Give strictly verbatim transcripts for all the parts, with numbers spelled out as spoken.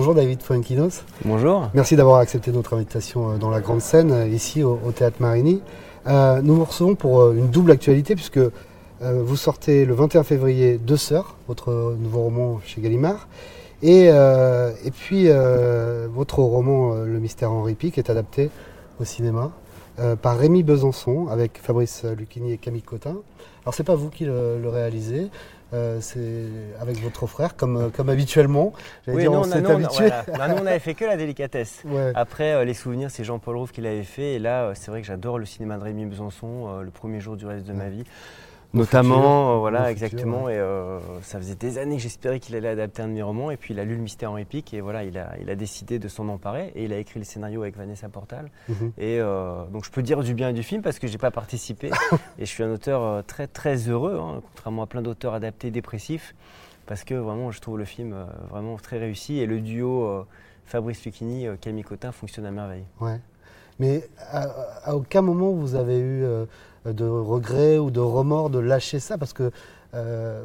Bonjour David Fuenquinos. Bonjour. Merci d'avoir accepté notre invitation dans la grande scène, ici au, au Théâtre Marigny. Euh, nous vous recevons pour une double actualité, puisque euh, vous sortez le vingt et un février Deux Sœurs, votre nouveau roman chez Gallimard, et, euh, et puis euh, votre roman euh, Le Mystère Henri Pic est adapté au cinéma euh, par Rémy Besançon, avec Fabrice Lucchini et Camille Cottin. Alors c'est pas vous qui le, le réalisez, euh, c'est avec votre frère, comme, comme habituellement. Oui, dire, non, on s'est habitué. Voilà. Bah, nous on avait fait que la délicatesse. Ouais. Après euh, les souvenirs, c'est Jean-Paul Rouve qui l'avait fait, et là euh, c'est vrai que j'adore le cinéma de Rémy Besançon, euh, le premier jour du reste de ma vie. Notamment, futur, euh, voilà, exactement, futur, ouais. Et euh, ça faisait des années que j'espérais qu'il allait adapter un de mes romans, et puis il a lu Le Mystère Henri Pic, et voilà, il a, il a décidé de s'en emparer, et il a écrit le scénario avec Vanessa Portal. Mm-hmm. Et euh, donc je peux dire du bien du film parce que j'ai pas participé, et je suis un auteur euh, très très heureux, hein, contrairement à plein d'auteurs adaptés dépressifs, parce que vraiment je trouve le film euh, vraiment très réussi, et le duo euh, Fabrice Lucchini, euh, Camille Cottin fonctionne à merveille. Ouais. Mais à, à aucun moment vous avez eu euh, de regrets ou de remords de lâcher ça, parce que euh,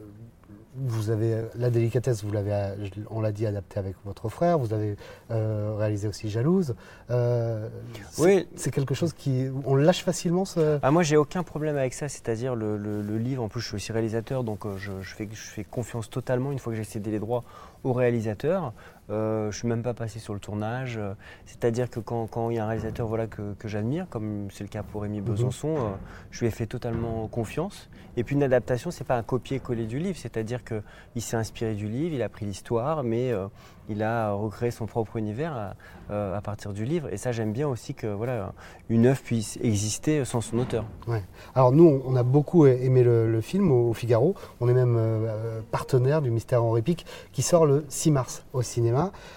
vous avez la délicatesse, vous l'avez, on l'a dit, adapté avec votre frère. Vous avez euh, réalisé aussi Jalouse. Euh, c'est, oui, c'est quelque chose qui, on le lâche facilement. Ce... Ah, moi, j'ai aucun problème avec ça. C'est-à-dire le, le, le livre. En plus, je suis aussi réalisateur, donc euh, je, je, fais, je fais confiance totalement une fois que j'ai cédé les droits au réalisateur. Euh, je ne suis même pas passé sur le tournage. Euh, c'est-à-dire que quand, quand il y a un réalisateur voilà, que, que j'admire, comme c'est le cas pour Rémy Besançon, mmh. euh, je lui ai fait totalement confiance. Et puis une adaptation, ce n'est pas un copier-coller du livre. C'est-à-dire qu'il s'est inspiré du livre, il a pris l'histoire, mais euh, il a recréé son propre univers à, euh, à partir du livre. Et ça, j'aime bien aussi que voilà, une œuvre puisse exister sans son auteur. Ouais. Alors nous, on a beaucoup aimé le, le film au, au Figaro. On est même euh, partenaire du Mystère Henri Pic, qui sort le six mars au cinéma.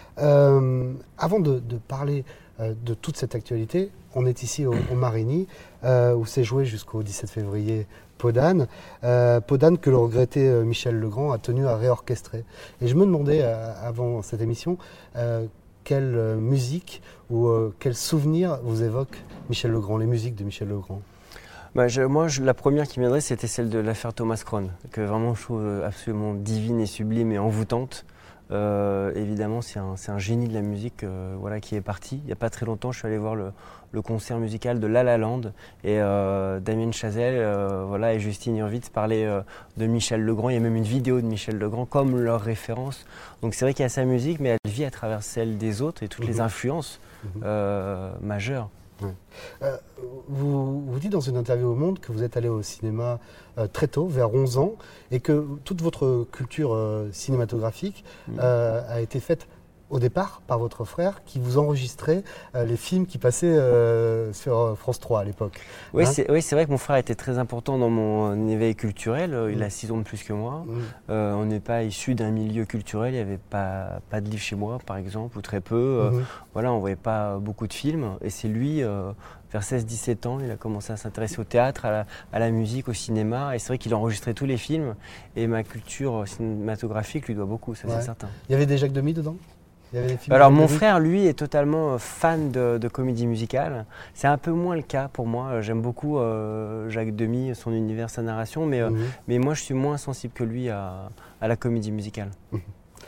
Euh, avant de, de parler euh, de toute cette actualité, on est ici au, au Marigny, euh, où s'est joué jusqu'au dix-sept février Peau d'âne. Euh, Peau d'âne que le regretté euh, Michel Legrand a tenu à réorchestrer. Et je me demandais, euh, avant cette émission, euh, quelle euh, musique ou euh, quel souvenir vous évoque Michel Legrand, les musiques de Michel Legrand? Bah, je, moi, je, la première qui me viendrait, c'était celle de l'affaire Thomas Crown, que vraiment je trouve absolument divine et sublime et envoûtante. Euh, évidemment, c'est un, c'est un génie de la musique euh, voilà, qui est parti. Il n'y a pas très longtemps, je suis allé voir le, le concert musical de La La Land, et euh, Damien Chazelle euh, voilà, et Justine Hurwitz parlaient euh, de Michel Legrand. Il y a même une vidéo de Michel Legrand comme leur référence. Donc c'est vrai qu'il y a sa musique, mais elle vit à travers celle des autres et toutes mmh. les influences mmh. euh, majeures. Ouais. Euh, vous, vous dites dans une interview au Monde que vous êtes allé au cinéma euh, très tôt, vers onze ans, et que toute votre culture euh, cinématographique mmh. euh, a été faite au départ par votre frère, qui vous enregistrait euh, les films qui passaient euh, sur France trois à l'époque. Oui, hein c'est, oui, c'est vrai que mon frère était très important dans mon euh, éveil culturel. Euh, il mmh. a six ans de plus que moi. Mmh. Euh, on n'est pas issu d'un milieu culturel. Il n'y avait pas, pas de livres chez moi, par exemple, ou très peu. Euh, mmh. Voilà, on ne voyait pas beaucoup de films. Et c'est lui, euh, vers seize dix-sept ans, il a commencé à s'intéresser au théâtre, à la, à la musique, au cinéma. Et c'est vrai qu'il enregistrait tous les films. Et ma culture cinématographique lui doit beaucoup, ça ouais. c'est certain. Il y avait des Jacques Demy dedans ? Alors mon frère, lui, est totalement fan de, de comédie musicale. C'est un peu moins le cas pour moi. J'aime beaucoup euh, Jacques Demy, son univers, sa narration, mais, euh, mmh. mais moi je suis moins sensible que lui à, à la comédie musicale. Mmh.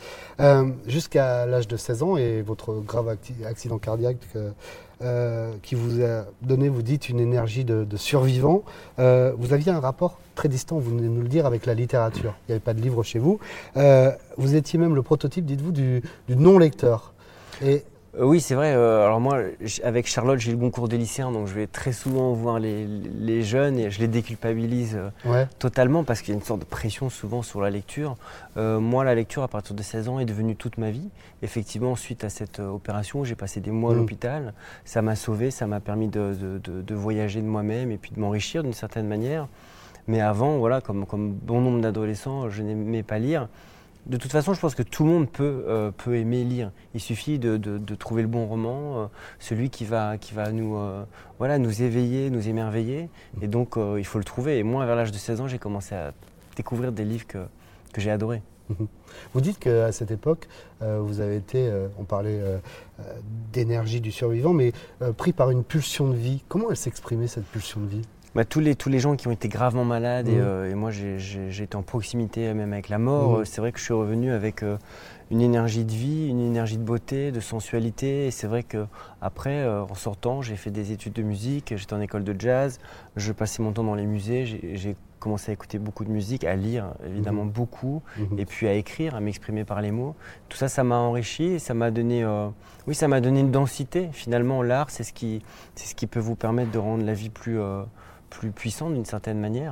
Euh, jusqu'à l'âge de seize ans et votre grave accident cardiaque euh, euh, qui vous a donné, vous dites, une énergie de, de survivant, euh, vous aviez un rapport très distant, vous venez de nous le dire, avec la littérature. Il n'y avait pas de livre chez vous. Euh, vous étiez même le prototype, dites-vous, du, du non-lecteur. Et Euh, oui, c'est vrai. Euh, alors moi, avec Charlotte, j'ai le bon cours des lycéens, donc je vais très souvent voir les, les jeunes et je les déculpabilise euh, ouais. totalement parce qu'il y a une sorte de pression souvent sur la lecture. Euh, moi, la lecture, à partir de seize ans, est devenue toute ma vie. Effectivement, suite à cette euh, opération, j'ai passé des mois mmh. à l'hôpital. Ça m'a sauvé, ça m'a permis de, de, de, de voyager de moi-même et puis de m'enrichir d'une certaine manière. Mais avant, voilà, comme, comme bon nombre d'adolescents, je n'aimais pas lire. De toute façon, je pense que tout le monde peut, euh, peut aimer lire. Il suffit de, de, de trouver le bon roman, euh, celui qui va, qui va nous, euh, voilà, nous éveiller, nous émerveiller. Et donc, euh, il faut le trouver. Et moi, vers l'âge de seize ans, j'ai commencé à découvrir des livres que, que j'ai adorés. Vous dites qu'à cette époque, euh, vous avez été, euh, on parlait euh, d'énergie du survivant, mais euh, pris par une pulsion de vie. Comment elle s'exprimait, cette pulsion de vie ? Bah, tous, les, tous les gens qui ont été gravement malades, mmh. et, euh, et moi j'ai, j'ai, j'ai été en proximité même avec la mort, mmh. c'est vrai que je suis revenu avec euh, une énergie de vie, une énergie de beauté, de sensualité. Et c'est vrai qu'après, euh, en sortant, j'ai fait des études de musique, j'étais en école de jazz, je passais mon temps dans les musées, j'ai, j'ai commencé à écouter beaucoup de musique, à lire évidemment mmh. beaucoup, mmh. et puis à écrire, à m'exprimer par les mots. Tout ça, ça m'a enrichi et ça m'a donné, euh, oui, ça m'a donné une densité. Finalement, l'art, c'est ce qui, c'est ce qui peut vous permettre de rendre la vie plus, euh, plus puissante d'une certaine manière.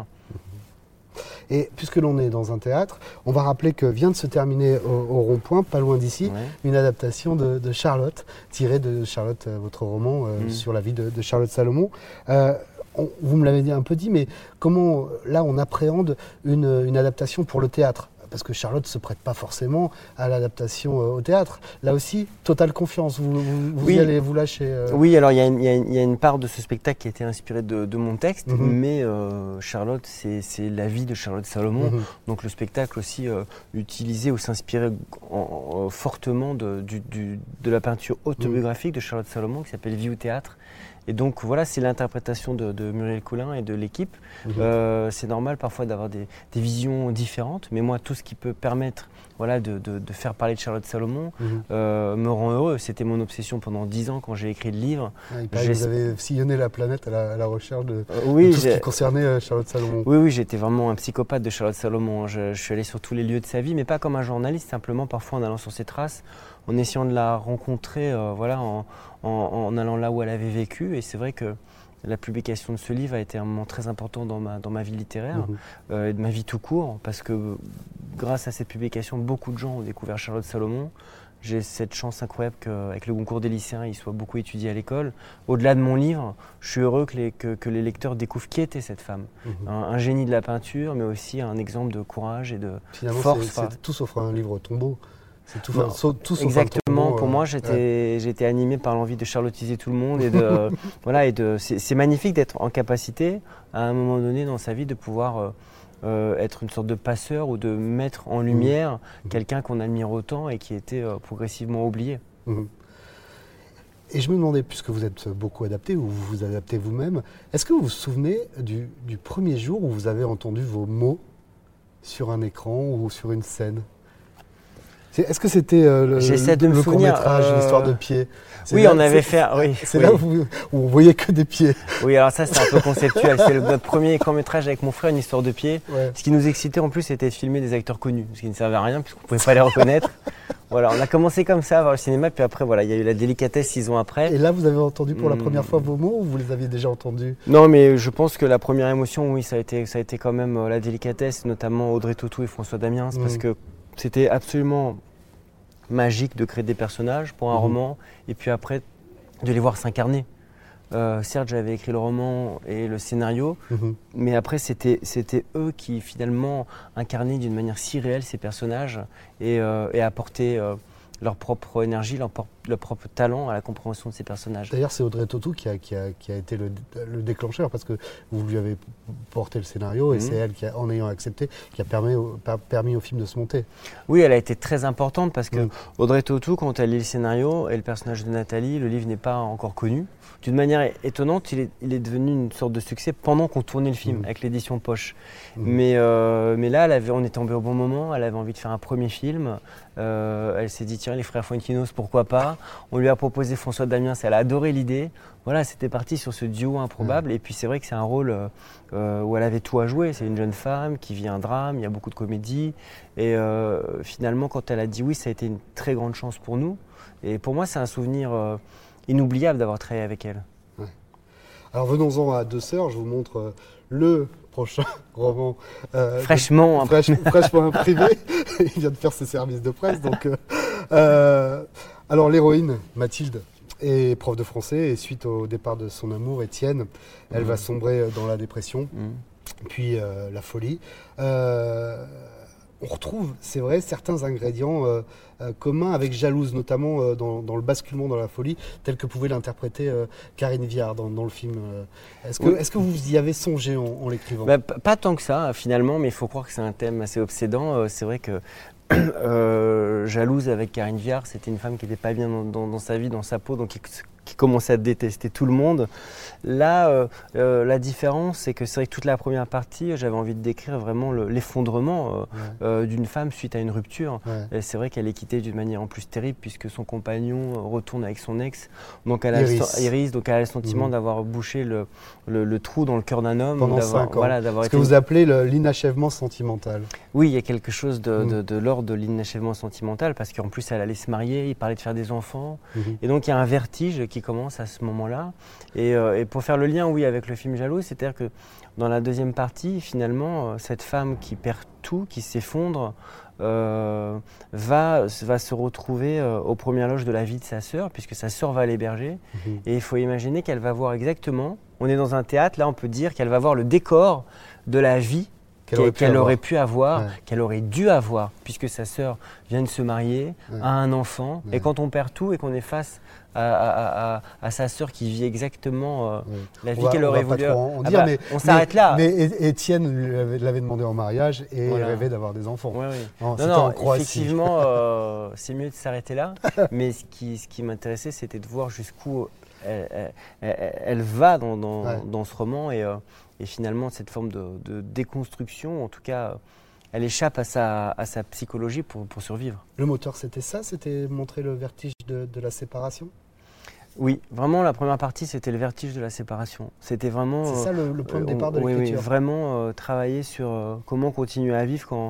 Et puisque l'on est dans un théâtre, on va rappeler que vient de se terminer au, au Rond-Point, pas loin d'ici, ouais. une adaptation de, de Charlotte, tirée de Charlotte, votre roman euh, mmh. sur la vie de, de Charlotte Salomon. Euh, on, vous me l'avez dit un peu dit, mais comment là on appréhende une, une adaptation pour le théâtre ? Parce que Charlotte ne se prête pas forcément à l'adaptation euh, au théâtre. Là aussi, totale confiance, vous, vous, vous oui. y allez vous lâcher. Euh... Oui, alors il y, y, y a une part de ce spectacle qui a été inspirée de, de mon texte, mm-hmm. mais euh, Charlotte, c'est, c'est la vie de Charlotte Salomon. Mm-hmm. Donc le spectacle aussi euh, utilisait ou s'inspirait en, en, fortement de, du, du, de la peinture autobiographique mm-hmm. de Charlotte Salomon qui s'appelle Vie au théâtre. Et donc voilà, c'est l'interprétation de, de Muriel Coulin et de l'équipe. Mmh. Euh, c'est normal parfois d'avoir des, des visions différentes, mais moi, tout ce qui peut permettre voilà, de, de, de faire parler de Charlotte Salomon mmh. euh, me rend heureux. C'était mon obsession pendant dix ans quand j'ai écrit le livre. Ah, il paraît que vous avez sillonné la planète à la, à la recherche de, euh, oui, de tout ce qui concernait euh, Charlotte Salomon. Oui, oui, j'étais vraiment un psychopathe de Charlotte Salomon. Je, je suis allé sur tous les lieux de sa vie, mais pas comme un journaliste, simplement parfois en allant sur ses traces, en essayant de la rencontrer, euh, voilà, en, en, en allant là où elle avait vécu. Et c'est vrai que la publication de ce livre a été un moment très important dans ma, dans ma vie littéraire, mmh. euh, et de ma vie tout court, parce que grâce à cette publication, beaucoup de gens ont découvert Charlotte Salomon. J'ai cette chance incroyable qu'avec le concours des lycéens, il soit beaucoup étudié à l'école. Au-delà de mon livre, je suis heureux que les, que, que les lecteurs découvrent qui était cette femme. Mmh. Un, un génie de la peinture, mais aussi un exemple de courage et de Finalement, force. C'est, c'est tout sauf un livre tombeau. C'est tout, non, fa- tout exactement. Tombeau, pour euh, moi, j'étais, ouais. j'étais animé par l'envie de charlottiser tout le monde et de voilà et de. C'est, c'est magnifique d'être en capacité à un moment donné dans sa vie de pouvoir euh, euh, être une sorte de passeur ou de mettre en lumière mmh. quelqu'un qu'on admire autant et qui était euh, progressivement oublié. Mmh. Et je me demandais, puisque vous êtes beaucoup adapté ou vous vous adaptez vous-même, est-ce que vous vous souvenez du, du premier jour où vous avez entendu vos mots sur un écran ou sur une scène ? Est-ce que c'était euh, le, le, le court-métrage, euh... l'histoire de pied ? C'est oui, là, on avait fait. Oui, c'est oui. là où, vous, où on voyait que des pieds. Oui, alors ça, c'est un peu conceptuel. C'est le, notre premier court-métrage avec mon frère, une histoire de pied. Ouais. Ce qui nous excitait en plus, c'était de filmer des acteurs connus, ce qui ne servait à rien puisqu'on ne pouvait pas les reconnaître. Voilà, on a commencé comme ça à voir le cinéma, puis après, voilà, il y a eu la délicatesse six ans après. Et là, vous avez entendu pour la première fois vos mots ou vous les aviez déjà entendus ? Non, mais je pense que la première émotion, oui, ça a été, ça a été quand même euh, la délicatesse, notamment Audrey Tautou et François Damiens, mmh. parce que c'était absolument magique de créer des personnages pour un mmh. roman et puis après de les voir s'incarner. Euh, certes, j'avais écrit le roman et le scénario, mmh. mais après c'était, c'était eux qui finalement incarnaient d'une manière si réelle ces personnages et, euh, et apportaient euh, leur propre énergie, leur, leur propre talent à la compréhension de ces personnages. D'ailleurs, c'est Audrey Tautou qui a, qui a, qui a été le, le déclencheur parce que vous lui avez porté le scénario et mmh. c'est elle, qui a, en ayant accepté, qui a permis au, permis au film de se monter. Oui, elle a été très importante parce que mmh. Audrey Tautou, quand elle lit le scénario et le personnage de Nathalie, le livre n'est pas encore connu. D'une manière étonnante, il est, il est devenu une sorte de succès pendant qu'on tournait le film, mmh. avec l'édition Poche. Mmh. Mais, euh, mais là, elle avait, on est tombé au bon moment, elle avait envie de faire un premier film. Euh, elle s'est dit, tiens, les frères Fuentinos, pourquoi pas ? On lui a proposé François Damiens, elle a adoré l'idée. Voilà, c'était parti sur ce duo improbable. Mmh. Et puis c'est vrai que c'est un rôle euh, où elle avait tout à jouer. C'est une jeune femme qui vit un drame, il y a beaucoup de comédie. Et euh, finalement, quand elle a dit oui, ça a été une très grande chance pour nous. Et pour moi, c'est un souvenir euh, inoubliable d'avoir travaillé avec elle. Ouais. Alors venons-en à Deux Sœurs, je vous montre euh, le prochain roman euh, fraîchement, de, fraîche, fraîchement imprimé. Il vient de faire ses services de presse. Donc, euh, euh, alors l'héroïne, Mathilde, est prof de français et suite au départ de son amour, Étienne, elle mmh. va sombrer dans la dépression, mmh. puis euh, la folie. Euh, on retrouve, c'est vrai, certains ingrédients euh, euh, communs avec Jalouse, notamment euh, dans, dans le basculement dans la folie, tel que pouvait l'interpréter euh, Karine Viard dans, dans le film. Est-ce que, oui. est-ce que vous y avez songé en, en l'écrivant ? Bah, pas tant que ça, finalement, mais il faut croire que c'est un thème assez obsédant. C'est vrai que euh, Jalouse avec Karine Viard, c'était une femme qui n'était pas bien dans, dans, dans sa vie, dans sa peau, donc qui qui commençait à détester tout le monde. Là, euh, euh, la différence, c'est que c'est vrai que toute la première partie, j'avais envie de décrire vraiment le, l'effondrement euh, ouais. euh, d'une femme suite à une rupture. Ouais. Et c'est vrai qu'elle est quittée d'une manière en plus terrible puisque son compagnon retourne avec son ex. Donc elle a Iris, le, Iris donc elle a le sentiment mmh. d'avoir bouché le, le, le trou dans le cœur d'un homme. Pendant cinq ans. Voilà, d'avoir ce été... que vous appelez le, l'inachèvement sentimental. Oui, il y a quelque chose de, mmh. de, de l'ordre de l'inachèvement sentimental parce qu'en plus elle allait se marier, il parlait de faire des enfants. Mmh. Et donc il y a un vertige qui commence à ce moment-là. Et, euh, et pour faire le lien, oui, avec le film Jalouse, c'est-à-dire que dans la deuxième partie, finalement, euh, cette femme qui perd tout, qui s'effondre, euh, va, va se retrouver euh, aux premières loges de la vie de sa sœur, puisque sa sœur va l'héberger. Mmh. Et il faut imaginer qu'elle va voir exactement, on est dans un théâtre, là on peut dire qu'elle va voir le décor de la vie qu'elle aurait pu qu'elle avoir, aurait pu avoir ouais. qu'elle aurait dû avoir, puisque sa sœur vient de se marier, ouais. a un enfant. Ouais. Et quand on perd tout et qu'on est face à, à, à, à sa sœur qui vit exactement euh, ouais. la vie va, qu'elle aurait voulu, on, ah bah, mais, on s'arrête mais, là. Mais Étienne l'avait demandé en mariage et voilà. rêvait d'avoir des enfants. Ouais, oui. non, non, non en Croatie. Effectivement, euh, c'est mieux de s'arrêter là. Mais ce qui, ce qui m'intéressait, c'était de voir jusqu'où elle, elle, elle, elle va dans, dans, ouais. dans ce roman et, euh, et finalement cette forme de, de déconstruction, en tout cas, elle échappe à sa, à sa psychologie pour, pour survivre. Le moteur, c'était ça? C'était montrer le vertige de, de la séparation? Oui, vraiment, la première partie, c'était le vertige de la séparation. C'était vraiment... C'est ça le, le point de départ euh, de oui, l'écriture? Oui, vraiment euh, travailler sur euh, comment continuer à vivre quand,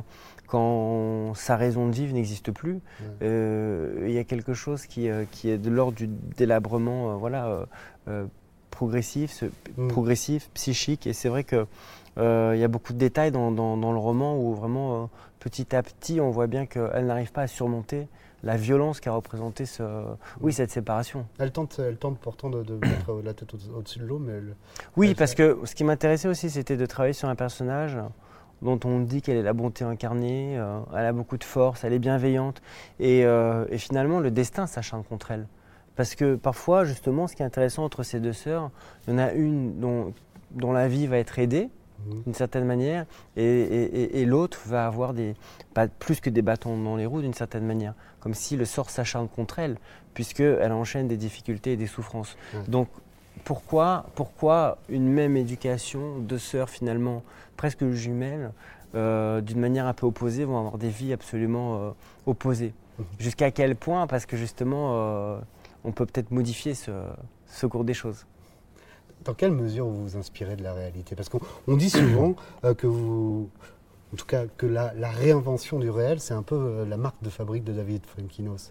quand sa raison de vivre n'existe plus. Il ouais. euh, y a quelque chose qui, euh, qui est de l'ordre du délabrement euh, voilà, euh, euh, progressif, ce, mmh. progressif, psychique. Et c'est vrai qu'il euh, y a beaucoup de détails dans, dans, dans le roman où vraiment, euh, petit à petit, on voit bien qu'elle n'arrive pas à surmonter la violence qu'a représenté ce, oui, cette séparation. Elle tente, elle tente pourtant de, de mettre la tête au- au-dessus de l'eau, mais... Elle, oui, elle parce fait... que ce qui m'intéressait aussi, c'était de travailler sur un personnage dont on dit qu'elle est la bonté incarnée, euh, elle a beaucoup de force, elle est bienveillante, et, euh, et finalement, le destin s'acharne contre elle. Parce que parfois, justement, ce qui est intéressant entre ces deux sœurs, il y en a une dont, dont la vie va être aidée, d'une certaine manière, et, et, et l'autre va avoir des, pas plus que des bâtons dans les roues d'une certaine manière, comme si le sort s'acharne contre elle, puisqu'elle enchaîne des difficultés et des souffrances. Mmh. Donc pourquoi, pourquoi une même éducation, deux sœurs finalement presque jumelles, euh, d'une manière un peu opposée, vont avoir des vies absolument euh, opposées? Mmh. Jusqu'à quel point? Parce que justement, euh, on peut peut-être modifier ce, ce cours des choses. Dans quelle mesure vous vous inspirez de la réalité? Parce qu'on on dit souvent euh, que vous, en tout cas, que la, la réinvention du réel, c'est un peu euh, la marque de fabrique de David Fuenquinos.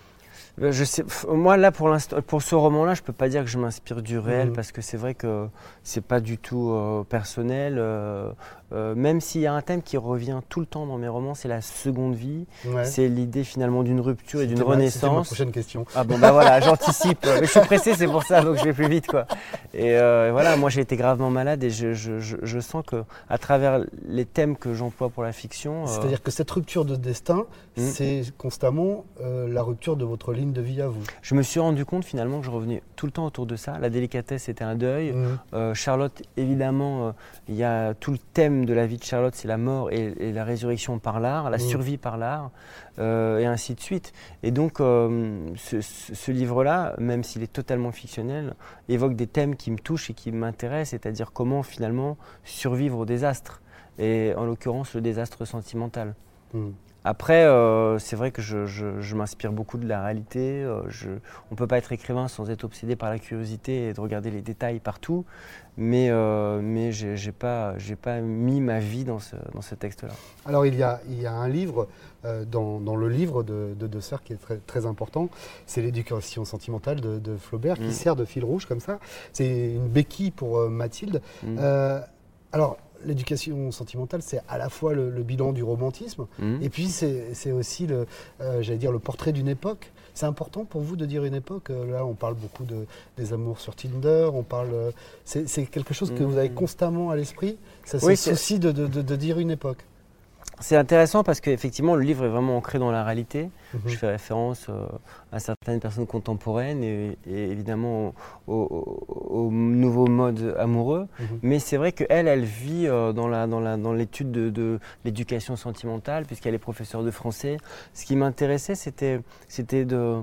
Je sais, moi là pour l'instant, pour ce roman-là, je peux pas dire que je m'inspire du réel mmh. parce que c'est vrai que c'est pas du tout euh, personnel. Euh, euh, même s'il y a un thème qui revient tout le temps dans mes romans, c'est la seconde vie. Ouais. C'est l'idée finalement d'une rupture c'était et d'une ma, renaissance. C'était ma prochaine question. Ah bon bah voilà, j'anticipe. Mais je suis pressé, c'est pour ça, donc je vais plus vite quoi. Et euh, voilà, moi j'ai été gravement malade et je, je, je, je sens que à travers les thèmes que j'emploie pour la fiction. C'est-à-dire euh... que cette rupture de destin, mmh. c'est constamment euh, la rupture de votre ligne de vie à vous. Je me suis rendu compte finalement que je revenais tout le temps autour de ça. La délicatesse c'était un deuil. Mmh. Euh, Charlotte, évidemment, il euh, y a tout le thème de la vie de Charlotte, c'est la mort et, et la résurrection par l'art, la mmh. survie par l'art, euh, et ainsi de suite. Et donc euh, ce, ce, ce livre-là, même s'il est totalement fictionnel, évoque des thèmes qui me touchent et qui m'intéressent, c'est-à-dire comment finalement survivre au désastre, et en l'occurrence le désastre sentimental. Mmh. Après, euh, c'est vrai que je, je, je m'inspire beaucoup de la réalité. Euh, je, on ne peut pas être écrivain sans être obsédé par la curiosité et de regarder les détails partout. Mais, euh, mais je n'ai pas, j'ai pas mis ma vie dans ce, dans ce texte-là. Alors, il y a, il y a un livre, euh, dans, dans le livre de deux de sœurs qui est très, très important. C'est l'éducation sentimentale de, de Flaubert, mmh. qui sert de fil rouge comme ça. C'est une béquille pour euh, Mathilde. Mmh. Euh, alors, l'éducation sentimentale, c'est à la fois le, le bilan du romantisme, mmh. et puis c'est, c'est aussi le, euh, j'allais dire, le portrait d'une époque. C'est important pour vous de dire une époque. Là, on parle beaucoup de, des amours sur Tinder. On parle, c'est, c'est quelque chose que mmh. vous avez constamment à l'esprit. Ça, oui, c'est aussi de, de, de, de dire une époque. C'est intéressant parce qu'effectivement, le livre est vraiment ancré dans la réalité. Mmh. Je fais référence euh, à certaines personnes contemporaines et, et évidemment au, au, au nouveau mode amoureux. Mmh. Mais c'est vrai qu'elle, elle vit euh, dans, la, dans, la, dans l'étude de, de l'éducation sentimentale puisqu'elle est professeure de français. Ce qui m'intéressait, c'était, c'était de,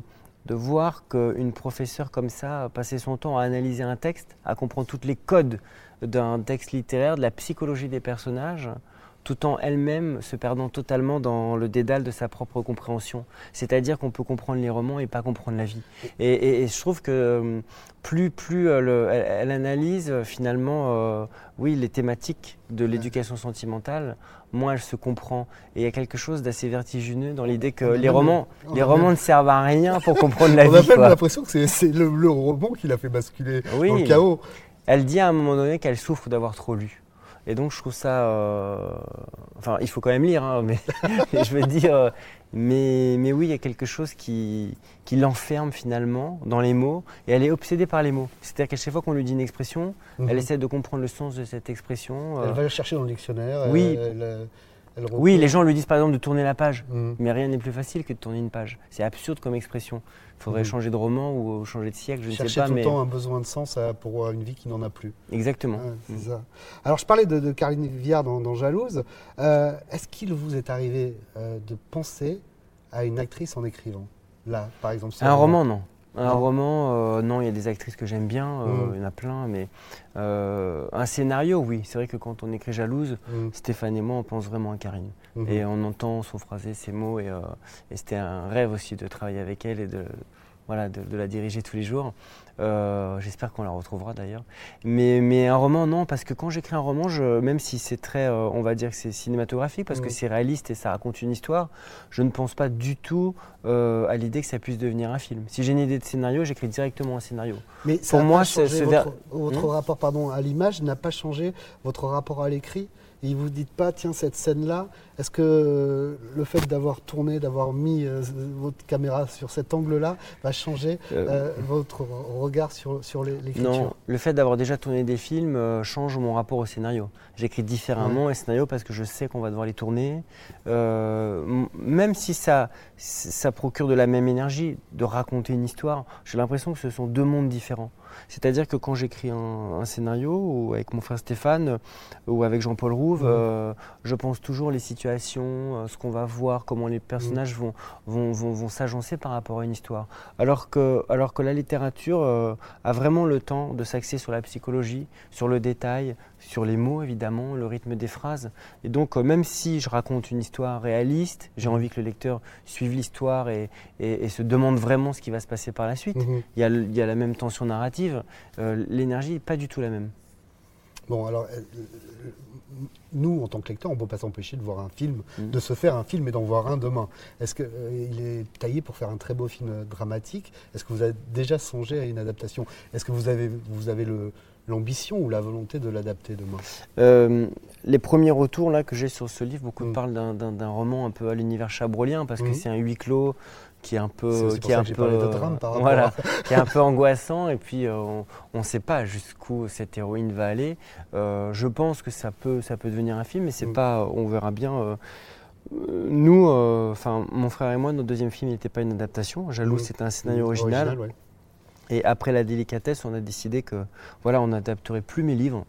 de voir qu'une professeure comme ça passait son temps à analyser un texte, à comprendre tous les codes d'un texte littéraire, de la psychologie des personnages, tout en elle-même se perdant totalement dans le dédale de sa propre compréhension. C'est-à-dire qu'on peut comprendre les romans et pas comprendre la vie. Et, et, et je trouve que plus, plus elle, elle, elle analyse finalement euh, oui, les thématiques de l'éducation sentimentale, moins elle se comprend. Et il y a quelque chose d'assez vertigineux dans l'idée que les romans, les romans ne servent à rien pour comprendre la on vie. On a même quoi. l'impression que c'est, c'est le, le roman qui l'a fait basculer oui. dans le chaos. Elle dit à un moment donné qu'elle souffre d'avoir trop lu. Et donc je trouve ça, euh, enfin il faut quand même lire, hein, mais je veux dire, euh, mais, mais oui il y a quelque chose qui, qui l'enferme finalement dans les mots et elle est obsédée par les mots. C'est-à-dire qu'à chaque fois qu'on lui dit une expression, mm-hmm. elle essaie de comprendre le sens de cette expression. Elle euh, va le chercher dans le dictionnaire. Oui. Elle, elle, elle oui, les gens lui disent par exemple de tourner la page, mm. mais rien n'est plus facile que de tourner une page. C'est absurde comme expression. Il faudrait mm. changer de roman ou changer de siècle, je chercher ne sais pas. Chercher tout mais... le temps un besoin de sens pour une vie qui n'en a plus. Exactement. Ouais, c'est mm. ça. Alors je parlais de, de Caroline Viard dans, dans Jalouse. Euh, est-ce qu'il vous est arrivé euh, de penser à une actrice en écrivant? Là, par exemple. Un roman, non. Un non. roman, euh, non, il y a des actrices que j'aime bien, euh, mm. il y en a plein, mais euh, un scénario, oui. C'est vrai que quand on écrit Jalouse, mm. Stéphane et moi, on pense vraiment à Karine. Mm-hmm. Et on entend son phrasé, ses mots, et, euh, et c'était un rêve aussi de travailler avec elle et de, voilà, de, de la diriger tous les jours. Euh, j'espère qu'on la retrouvera d'ailleurs. Mais, mais un roman, non, parce que quand j'écris un roman, je, même si c'est très, euh, on va dire que c'est cinématographique, parce mmh. que c'est réaliste et ça raconte une histoire, je ne pense pas du tout euh, à l'idée que ça puisse devenir un film. Si j'ai une idée de scénario, j'écris directement un scénario. Mais ça Pour moi, c'est, c'est votre, votre mmh. rapport pardon, à l'image n'a pas changé votre rapport à l'écrit? Et vous ne dites pas, tiens, cette scène-là, est-ce que le fait d'avoir tourné, d'avoir mis euh, votre caméra sur cet angle-là va changer euh, euh, votre regard sur, sur l'écriture? Non, le fait d'avoir déjà tourné des films euh, change mon rapport au scénario. J'écris différemment ouais. les scénarios parce que je sais qu'on va devoir les tourner. Euh, m- même si ça, ça procure de la même énergie de raconter une histoire, j'ai l'impression que ce sont deux mondes différents. C'est-à-dire que quand j'écris un, un scénario, ou avec mon frère Stéphane, ou avec Jean-Paul Rouve, mmh. euh, je pense toujours les situations, euh, ce qu'on va voir, comment les personnages mmh. vont, vont, vont, vont s'agencer par rapport à une histoire. Alors que, alors que la littérature euh, a vraiment le temps de s'axer sur la psychologie, sur le détail, sur les mots évidemment, le rythme des phrases. Et donc euh, même si je raconte une histoire réaliste, j'ai envie que le lecteur suive l'histoire et, et, et se demande vraiment ce qui va se passer par la suite. Mmh. Il y a, il y a la même tension narrative. Euh, l'énergie n'est pas du tout la même. Bon, alors, euh, nous, en tant que lecteurs, on ne peut pas s'empêcher de voir un film, mmh. de se faire un film et d'en voir un demain. Est-ce qu'il euh, est taillé pour faire un très beau film dramatique? Est-ce que vous avez déjà songé à une adaptation? Est-ce que vous avez, vous avez le, l'ambition ou la volonté de l'adapter demain? euh, Les premiers retours là, que j'ai sur ce livre, beaucoup mmh. parlent d'un, d'un, d'un roman un peu à l'univers chabrolien, parce mmh. que c'est un huis clos qui est un peu, c'est qui est un peu, de drame par voilà, à... qui est un peu angoissant, et puis euh, on ne sait pas jusqu'où cette héroïne va aller. Euh, je pense que ça peut, ça peut devenir un film, mais c'est mmh. pas, on verra bien. Euh, nous, enfin, euh, mon frère et moi, notre deuxième film n'était pas une adaptation. Jaloux, mmh. c'était un scénario mmh. original. original ouais. Et après La Délicatesse, on a décidé que, voilà, on n'adapterait plus mes livres.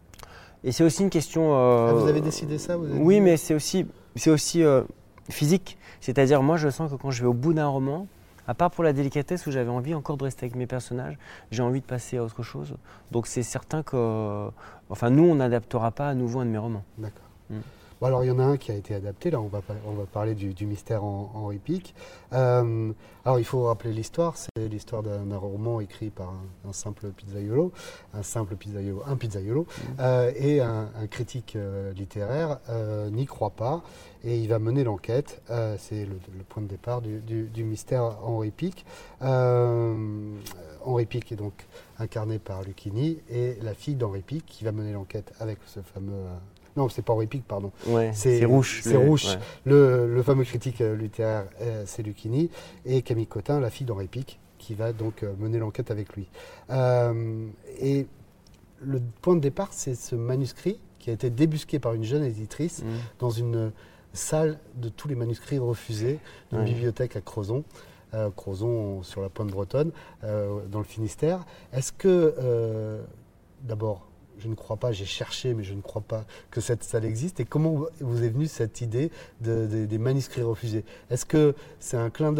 Et c'est aussi une question. Euh, ah, vous avez décidé ça vous avez Oui, dit... mais c'est aussi, c'est aussi euh, physique. C'est-à-dire, moi, je sens que quand je vais au bout d'un roman, à part pour La Délicatesse où j'avais envie encore de rester avec mes personnages, j'ai envie de passer à autre chose. Donc c'est certain que, enfin, nous, on n'adaptera pas à nouveau un de mes romans. D'accord. Mm. Bon, alors il y en a un qui a été adapté. Là, on va on va parler du, du mystère en, en Henri-Pic. Euh, alors il faut rappeler l'histoire. C'est l'histoire d'un, d'un roman écrit par un, un simple pizzaiolo, un simple pizzaiolo, un pizzaiolo, mm. euh, et un, un critique euh, littéraire euh, n'y croit pas. Et il va mener l'enquête. Euh, c'est le, le point de départ du, du, du mystère Henri-Pic. Euh, Henri-Pic est donc incarné par Lucchini et la fille d'Henri-Pic qui va mener l'enquête avec ce fameux... Euh, non, c'est pas Henri-Pic, pardon. Ouais, c'est, c'est Rouche. C'est le, Rouche. Ouais. Le, le fameux critique euh, littéraire, euh, c'est Lucchini. Et Camille Cotin, la fille d'Henri-Pic, qui va donc euh, mener l'enquête avec lui. Euh, et le point de départ, c'est ce manuscrit qui a été débusqué par une jeune éditrice mmh. dans une salle de tous les manuscrits refusés d'une ouais. bibliothèque à Crozon. Euh, Crozon, sur la pointe bretonne, euh, dans le Finistère. Est-ce que, euh, d'abord, je ne crois pas, j'ai cherché, mais je ne crois pas que cette salle existe. Et comment vous est venue cette idée de, de, des manuscrits refusés? Est-ce que c'est un clin d'œil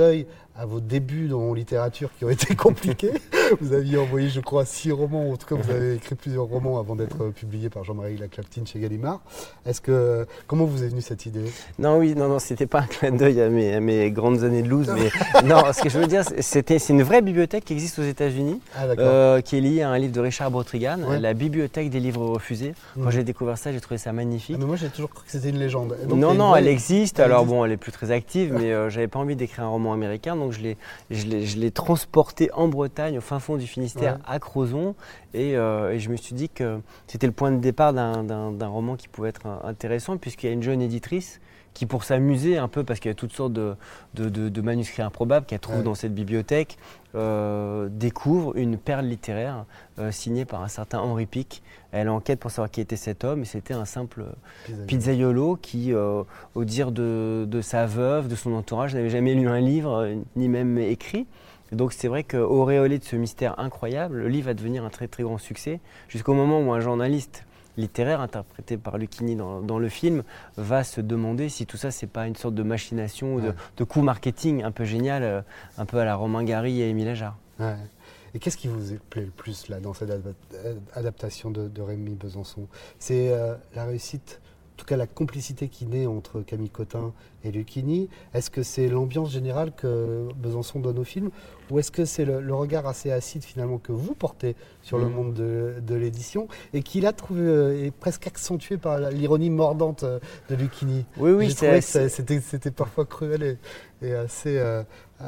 à vos débuts dans littérature qui ont été compliqués. Vous aviez envoyé, je crois, six romans, ou en tout cas vous avez écrit plusieurs romans avant d'être publié par Jean-Marie Laclaptine chez Gallimard. Est-ce que, comment vous est venue cette idée? Non, oui, non, non, c'était pas un clin d'œil à mes, à mes grandes années de loose, mais non, ce que je veux dire, c'était, c'est une vraie bibliothèque qui existe aux États-Unis, ah, euh, qui est liée à un livre de Richard Brotrigan, ouais. La bibliothèque des livres refusés. Mmh. Quand j'ai découvert ça, j'ai trouvé ça magnifique. Ah, mais moi, j'ai toujours cru que c'était une légende. Donc, non, non, vraie... elle existe. Elle Alors existe. Bon, elle est plus très active, mais euh, j'avais pas envie d'écrire un roman américain, donc je l'ai, je l'ai, je l'ai transporté en Bretagne, au fin fond du Finistère, ouais. à Crozon, et, euh, et je me suis dit que c'était le point de départ d'un, d'un, d'un roman qui pouvait être intéressant, puisqu'il y a une jeune éditrice qui, pour s'amuser un peu, parce qu'il y a toutes sortes de, de, de, de manuscrits improbables qu'elle trouve ouais. dans cette bibliothèque, euh, découvre une perle littéraire euh, signée par un certain Henri Pic. Elle enquête pour savoir qui était cet homme, et c'était un simple pizzaiolo, pizzaiolo qui, euh, au dire de, de sa veuve, de son entourage, n'avait jamais lu un livre, ni même écrit. Et donc c'est vrai qu'auréolé de ce mystère incroyable, le livre va devenir un très très grand succès, jusqu'au moment où un journaliste littéraire, interprété par Lucchini dans, dans le film, va se demander si tout ça, c'est pas une sorte de machination, ouais. de, de coup marketing un peu génial, euh, un peu à la Romain Gary et Émile Ajar. Ouais. Et qu'est-ce qui vous plaît le plus là, dans cette adaptation de, de Rémy Besançon? C'est euh, la réussite, en tout cas la complicité qui naît entre Camille Cotin et Lucchini. Est-ce que c'est l'ambiance générale que Besançon donne au film, ou est-ce que c'est le, le regard assez acide finalement que vous portez sur mmh. le monde de, de l'édition, et qui là trouve euh, est presque accentué par l'ironie mordante de Lucchini? Oui, oui, j'ai trouvé que ça, c'était, c'était parfois cruel et, et assez, euh,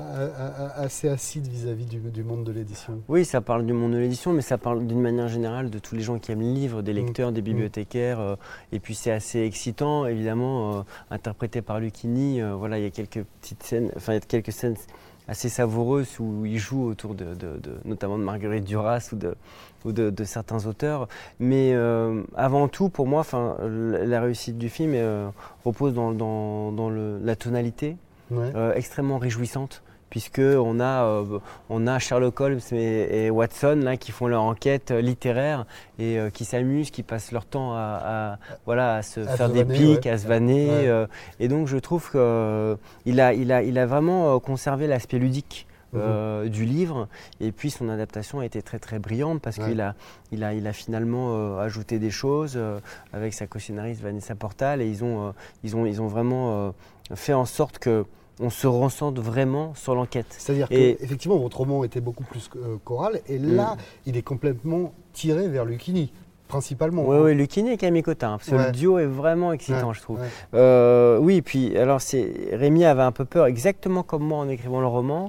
assez acide vis-à-vis du, du monde de l'édition. Oui, ça parle du monde de l'édition, mais ça parle d'une manière générale de tous les gens qui aiment le livre, des lecteurs, mmh. des bibliothécaires, euh, et puis c'est assez excitant, évidemment, euh, interprété par Lucchini. Euh, voilà, il y a quelques petites scènes, enfin il y a quelques scènes assez savoureuses où il joue autour de, de, de notamment de Marguerite Duras ou de, ou de, de certains auteurs. Mais euh, avant tout, pour moi, enfin, la réussite du film euh, repose dans, dans, dans le, la tonalité ouais. euh, extrêmement réjouissante, puisqu'on a, euh, on a Sherlock Holmes et, et Watson là, qui font leur enquête littéraire et euh, qui s'amusent, qui passent leur temps à, à, voilà, à se à faire se des vanner, pics, ouais. à se vanner. Ouais. Euh, et donc je trouve qu'il euh, a, il a, il a vraiment conservé l'aspect ludique euh, mmh. du livre. Et puis son adaptation a été très très brillante, parce ouais. qu'il a, il a, il a finalement euh, ajouté des choses euh, avec sa co-scénariste Vanessa Portal, et ils ont, euh, ils ont, ils ont vraiment euh, fait en sorte que on se ressente vraiment sur l'enquête. C'est-à-dire qu'effectivement, votre roman était beaucoup plus euh, choral, et là, mmh. il est complètement tiré vers Lucchini, principalement. Oui, hein. oui, Lucchini et Camille Cotin, parce que ouais. le duo est vraiment excitant, ouais. je trouve. Ouais. Euh, oui, puis alors, c'est, Rémy avait un peu peur, exactement comme moi en écrivant le roman,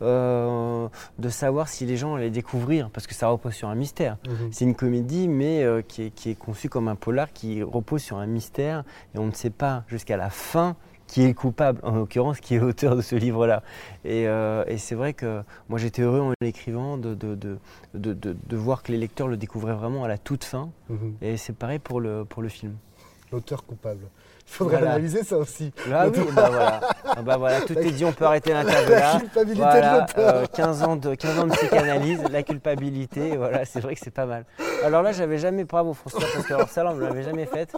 euh, de savoir si les gens allaient découvrir, parce que ça repose sur un mystère. Mmh. C'est une comédie, mais euh, qui, est, qui est conçue comme un polar, qui repose sur un mystère, et on ne sait pas jusqu'à la fin qui est coupable, en l'occurrence, qui est l'auteur de ce livre-là. Et, euh, et c'est vrai que moi j'étais heureux en l'écrivant de, de, de, de, de, de voir que les lecteurs le découvraient vraiment à la toute fin. Mmh. Et c'est pareil pour le, pour le film. L'auteur coupable. Il faudrait voilà. analyser ça aussi. Ah oui, bah voilà. Ah bah voilà, tout est dit, on peut arrêter l'interview là. La culpabilité voilà, de l'auteur. Euh, quinze ans de, quinze ans de psychanalyse, la culpabilité, voilà, c'est vrai que c'est pas mal. Alors là, j'avais jamais, bravo François, parce que alors ça là, on ne l'avait jamais faite.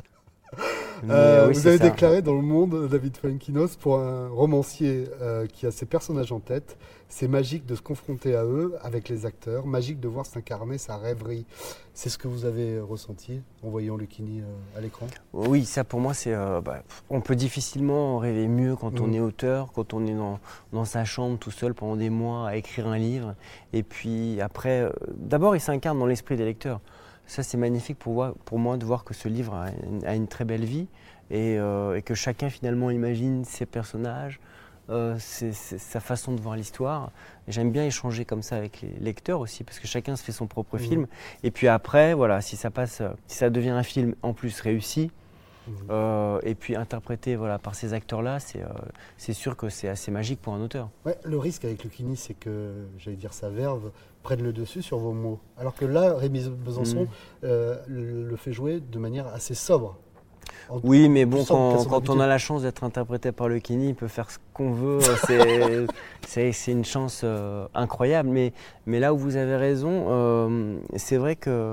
Euh, oui, vous avez ça. déclaré dans Le Monde, David Fuenkinos, pour un romancier euh, qui a ses personnages en tête, c'est magique de se confronter à eux avec les acteurs, magique de voir s'incarner sa rêverie. C'est ce que vous avez ressenti en voyant Lucchini euh, à l'écran? Oui, ça pour moi, c'est, euh, bah, on peut difficilement rêver mieux quand mmh. on est auteur, quand on est dans, dans sa chambre tout seul pendant des mois à écrire un livre. Et puis après, euh, d'abord il s'incarne dans l'esprit des lecteurs. Ça, c'est magnifique pour moi, pour moi de voir que ce livre a une, a une très belle vie, et, euh, et que chacun finalement imagine ses personnages, euh, c'est, c'est sa façon de voir l'histoire. Et j'aime bien échanger comme ça avec les lecteurs aussi, parce que chacun se fait son propre mmh. film. Et puis après, voilà, si ça passe, si ça devient un film en plus réussi, mmh. euh, et puis interprété voilà, par ces acteurs-là, c'est, euh, c'est sûr que c'est assez magique pour un auteur. Ouais, le risque avec Lucchini, c'est que, j'allais dire, sa verve prenne le dessus sur vos mots. Alors que là, Rémy Besançon mmh. euh, le, le fait jouer de manière assez sobre. En oui, mais bon, quand, quand on a la chance d'être interprété par Lucchini, il peut faire ce qu'on veut. C'est, c'est, c'est une chance euh, incroyable. Mais, mais là où vous avez raison, euh, c'est vrai que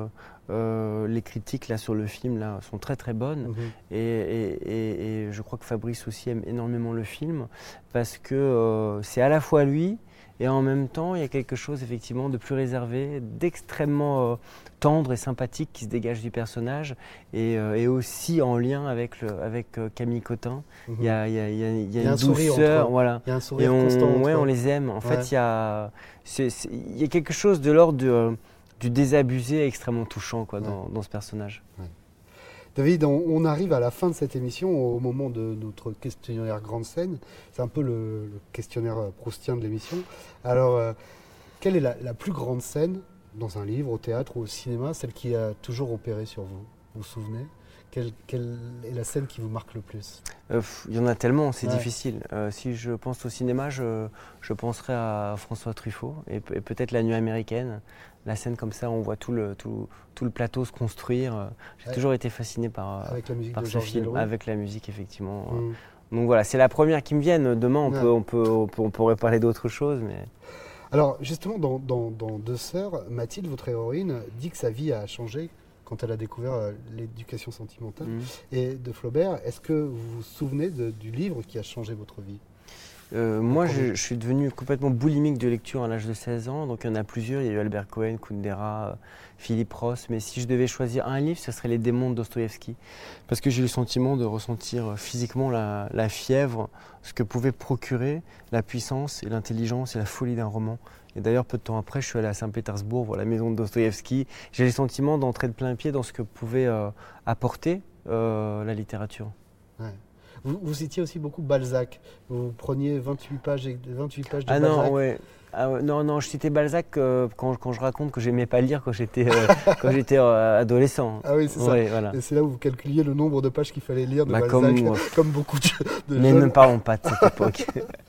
Euh, les critiques là, sur le film là, sont très très bonnes. Mmh. Et, et, et, et je crois que Fabrice aussi aime énormément le film parce que euh, c'est à la fois lui et en même temps il y a quelque chose effectivement de plus réservé, d'extrêmement euh, tendre et sympathique qui se dégage du personnage et, euh, et aussi en lien avec, le, avec euh, Camille Cotin. Mmh. Il y a, il y a, il y a, il y a une douceur, voilà. Il y a un sourire et on, constant. Ouais, on les aime. En ouais. fait, il y a, c'est, c'est, il y a quelque chose de l'ordre de... Euh, du désabusé extrêmement touchant quoi, ouais. dans, dans ce personnage. Ouais. David, on, on arrive à la fin de cette émission, au moment de notre questionnaire grande scène. C'est un peu le, le questionnaire proustien de l'émission. Alors, euh, quelle est la, la plus grande scène dans un livre, au théâtre ou au cinéma, celle qui a toujours opéré sur vous? Vous vous souvenez? Quelle, quelle est la scène qui vous marque le plus? Il euh, y en a tellement, c'est ouais. difficile. Euh, si je pense au cinéma, je, je penserai à François Truffaut et, et peut-être La Nuit américaine. La scène comme ça, on voit tout le, tout, tout le plateau se construire. J'ai ouais. toujours été fasciné par, avec la musique par de ce Georges film, Delerue. Avec la musique effectivement. Mm. Donc voilà, c'est la première qui me vient. Demain, on, ouais. peut, on, peut, on, peut, on pourrait parler d'autre chose. Mais... Alors justement, dans, dans, dans Deux sœurs, Mathilde, votre héroïne, dit que sa vie a changé quand elle a découvert euh, l'éducation sentimentale. Mmh. Et de Flaubert, est-ce que vous vous souvenez de, du livre qui a changé votre vie? euh, Moi, je, je suis devenu complètement boulimique de lecture à l'âge de seize ans. Donc il y en a plusieurs. Il y a eu Albert Cohen, Kundera, euh, Philippe Ross. Mais si je devais choisir un livre, ce serait Les démons de Dostoïevski. Parce que j'ai eu le sentiment de ressentir physiquement la, la fièvre, ce que pouvait procurer la puissance et l'intelligence et la folie d'un roman. Et d'ailleurs, peu de temps après, je suis allé à Saint-Pétersbourg, voir la maison de Dostoïevski. J'ai le sentiment d'entrer de plein pied dans ce que pouvait euh, apporter euh, la littérature. Ouais. Vous, vous citiez aussi beaucoup Balzac. Vous preniez vingt-huit pages, vingt-huit pages de ah Balzac. Non, ouais. Ah, non, non, je citais Balzac euh, quand, quand je raconte que j'aimais pas lire quand j'étais euh, quand j'étais euh, adolescent. Ah oui, c'est ouais, ça. Voilà. Et c'est là où vous calculiez le nombre de pages qu'il fallait lire de bah, Balzac, comme, euh, comme beaucoup de, de Mais jeunes. ne parlons pas de cette époque.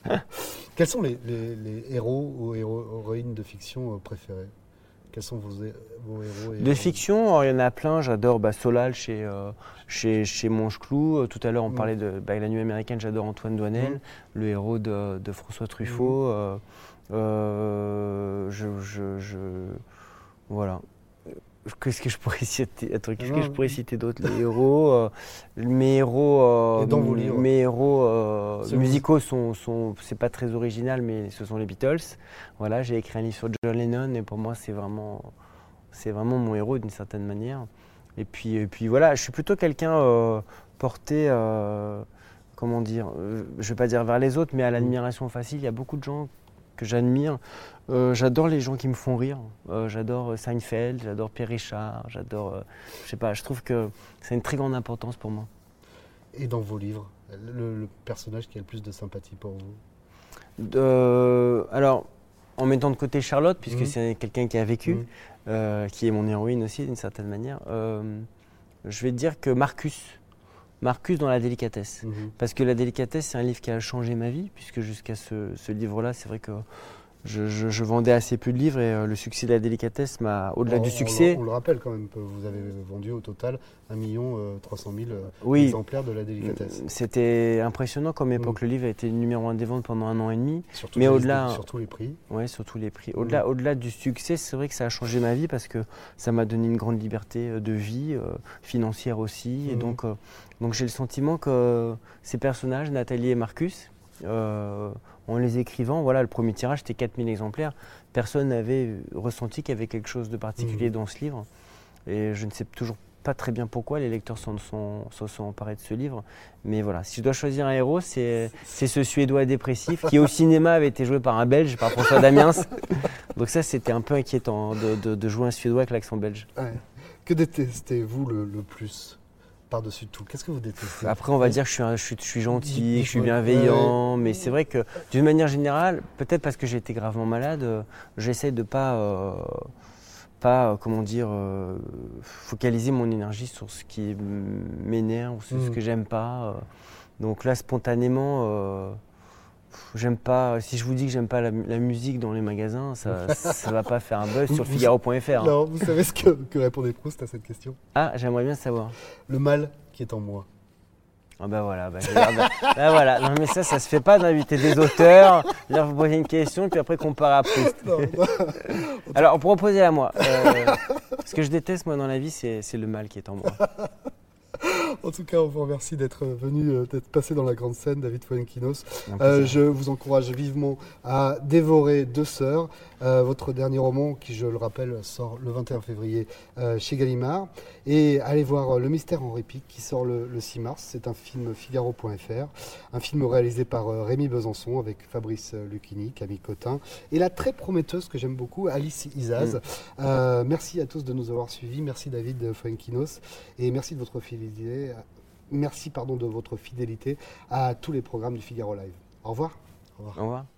Quels sont les, les, les héros ou héro, héroïnes de fiction euh, préférés? Quels sont vos, vos héros et De fiction, il y en a plein. J'adore bah, Solal chez, euh, chez, chez Moncheclou. Euh, tout à l'heure, on mmh. parlait de bah, La Nuit américaine. J'adore Antoine Doinel, mmh. le héros de, de François Truffaut. Mmh. Euh, euh, je, je, je, voilà. Qu'est-ce que je pourrais citer Qu'est-ce que je pourrais citer d'autre? Les héros, euh, mes héros, euh, et dans vos livres. Mes héros euh, musicaux sont, sont, c'est pas très original, mais ce sont les Beatles. Voilà, j'ai écrit un livre sur John Lennon et pour moi c'est vraiment, c'est vraiment mon héros d'une certaine manière. Et puis, et puis voilà, je suis plutôt quelqu'un euh, porté, euh, comment dire, euh, je vais pas dire vers les autres, mais à l'admiration facile. Il y a beaucoup de gens que j'admire. Euh, j'adore les gens qui me font rire. Euh, j'adore Seinfeld, j'adore Pierre Richard, j'adore, euh, je sais pas, je trouve que c'est une très grande importance pour moi. Et dans vos livres, le, le personnage qui a le plus de sympathie pour vous? euh, Alors, en mettant de côté Charlotte, puisque mmh. c'est quelqu'un qui a vécu, mmh. euh, qui est mon héroïne aussi d'une certaine manière, euh, je vais dire que Marcus. Marcus dans La délicatesse. Mmh. Parce que La délicatesse, c'est un livre qui a changé ma vie, puisque jusqu'à ce, ce livre-là, c'est vrai que je, je, je vendais assez peu de livres et euh, le succès de La délicatesse m'a, au-delà on, du on succès... Le, on le rappelle quand même, vous avez vendu au total un million trois cent mille oui, exemplaires de La délicatesse. C'était impressionnant comme époque. Mmh. Le livre a été le numéro un des ventes pendant un an et demi. Surtout mais les, au-delà, sur tous les prix. Oui, sur tous les prix. Au-delà, mmh. au-delà du succès, c'est vrai que ça a changé ma vie parce que ça m'a donné une grande liberté de vie, euh, financière aussi. Mmh. Et donc, euh, donc j'ai le sentiment que ces personnages, Nathalie et Marcus, euh, en les écrivant, voilà, le premier tirage c'était quatre mille exemplaires. Personne n'avait ressenti qu'il y avait quelque chose de particulier mmh. dans ce livre. Et je ne sais toujours pas très bien pourquoi les lecteurs s'en sont, s'en sont emparés de ce livre. Mais voilà, si je dois choisir un héros, c'est, c'est ce Suédois dépressif qui au cinéma avait été joué par un Belge, par François Damiens. Donc ça, c'était un peu inquiétant de, de, de jouer un Suédois avec l'accent belge. Ouais. Que détestez-vous le, le plus par-dessus tout? Qu'est-ce que vous détestez? Après, on va dire que je suis, un, je suis, je suis gentil, que je suis bienveillant, ouais. mais c'est vrai que d'une manière générale, peut-être parce que j'ai été gravement malade, euh, j'essaie de pas, euh, pas euh, comment dire, euh, focaliser mon énergie sur ce qui m'énerve ou sur mmh. ce que j'aime pas. Euh. Donc là, spontanément, euh, j'aime pas. Si je vous dis que j'aime pas la, la musique dans les magasins, ça, ça va pas faire un buzz sur Figaro point F R. Non, vous savez ce que, que répondait Proust à cette question? Ah, j'aimerais bien savoir. Le mal qui est en moi. Ah bah voilà, bah, bah, bah voilà. Non mais ça, ça se fait pas d'inviter des auteurs, leur poser une question, puis après comparer à Proust. Non, non. Alors pour reposer à moi, euh, ce que je déteste moi dans la vie, c'est, c'est le mal qui est en moi. En tout cas, on vous remercie d'être venu, d'être passé dans la grande scène, David Fuenquinos. Euh, je vous encourage vivement à dévorer Deux Sœurs, euh, votre dernier roman qui, je le rappelle, sort le vingt et un février euh, chez Gallimard. Et allez voir Le Mystère en Répique qui sort le, le six mars. C'est un film Figaro point F R, un film réalisé par euh, Rémi Besançon avec Fabrice Lucchini, Camille Cotin et la très prometteuse que j'aime beaucoup, Alice Isaz. Mm. Euh, merci à tous de nous avoir suivis. Merci David Fuenquinos et merci de votre fidélité. Merci pardon, de votre fidélité à tous les programmes du Figaro Live. Au revoir. Au revoir. Au revoir.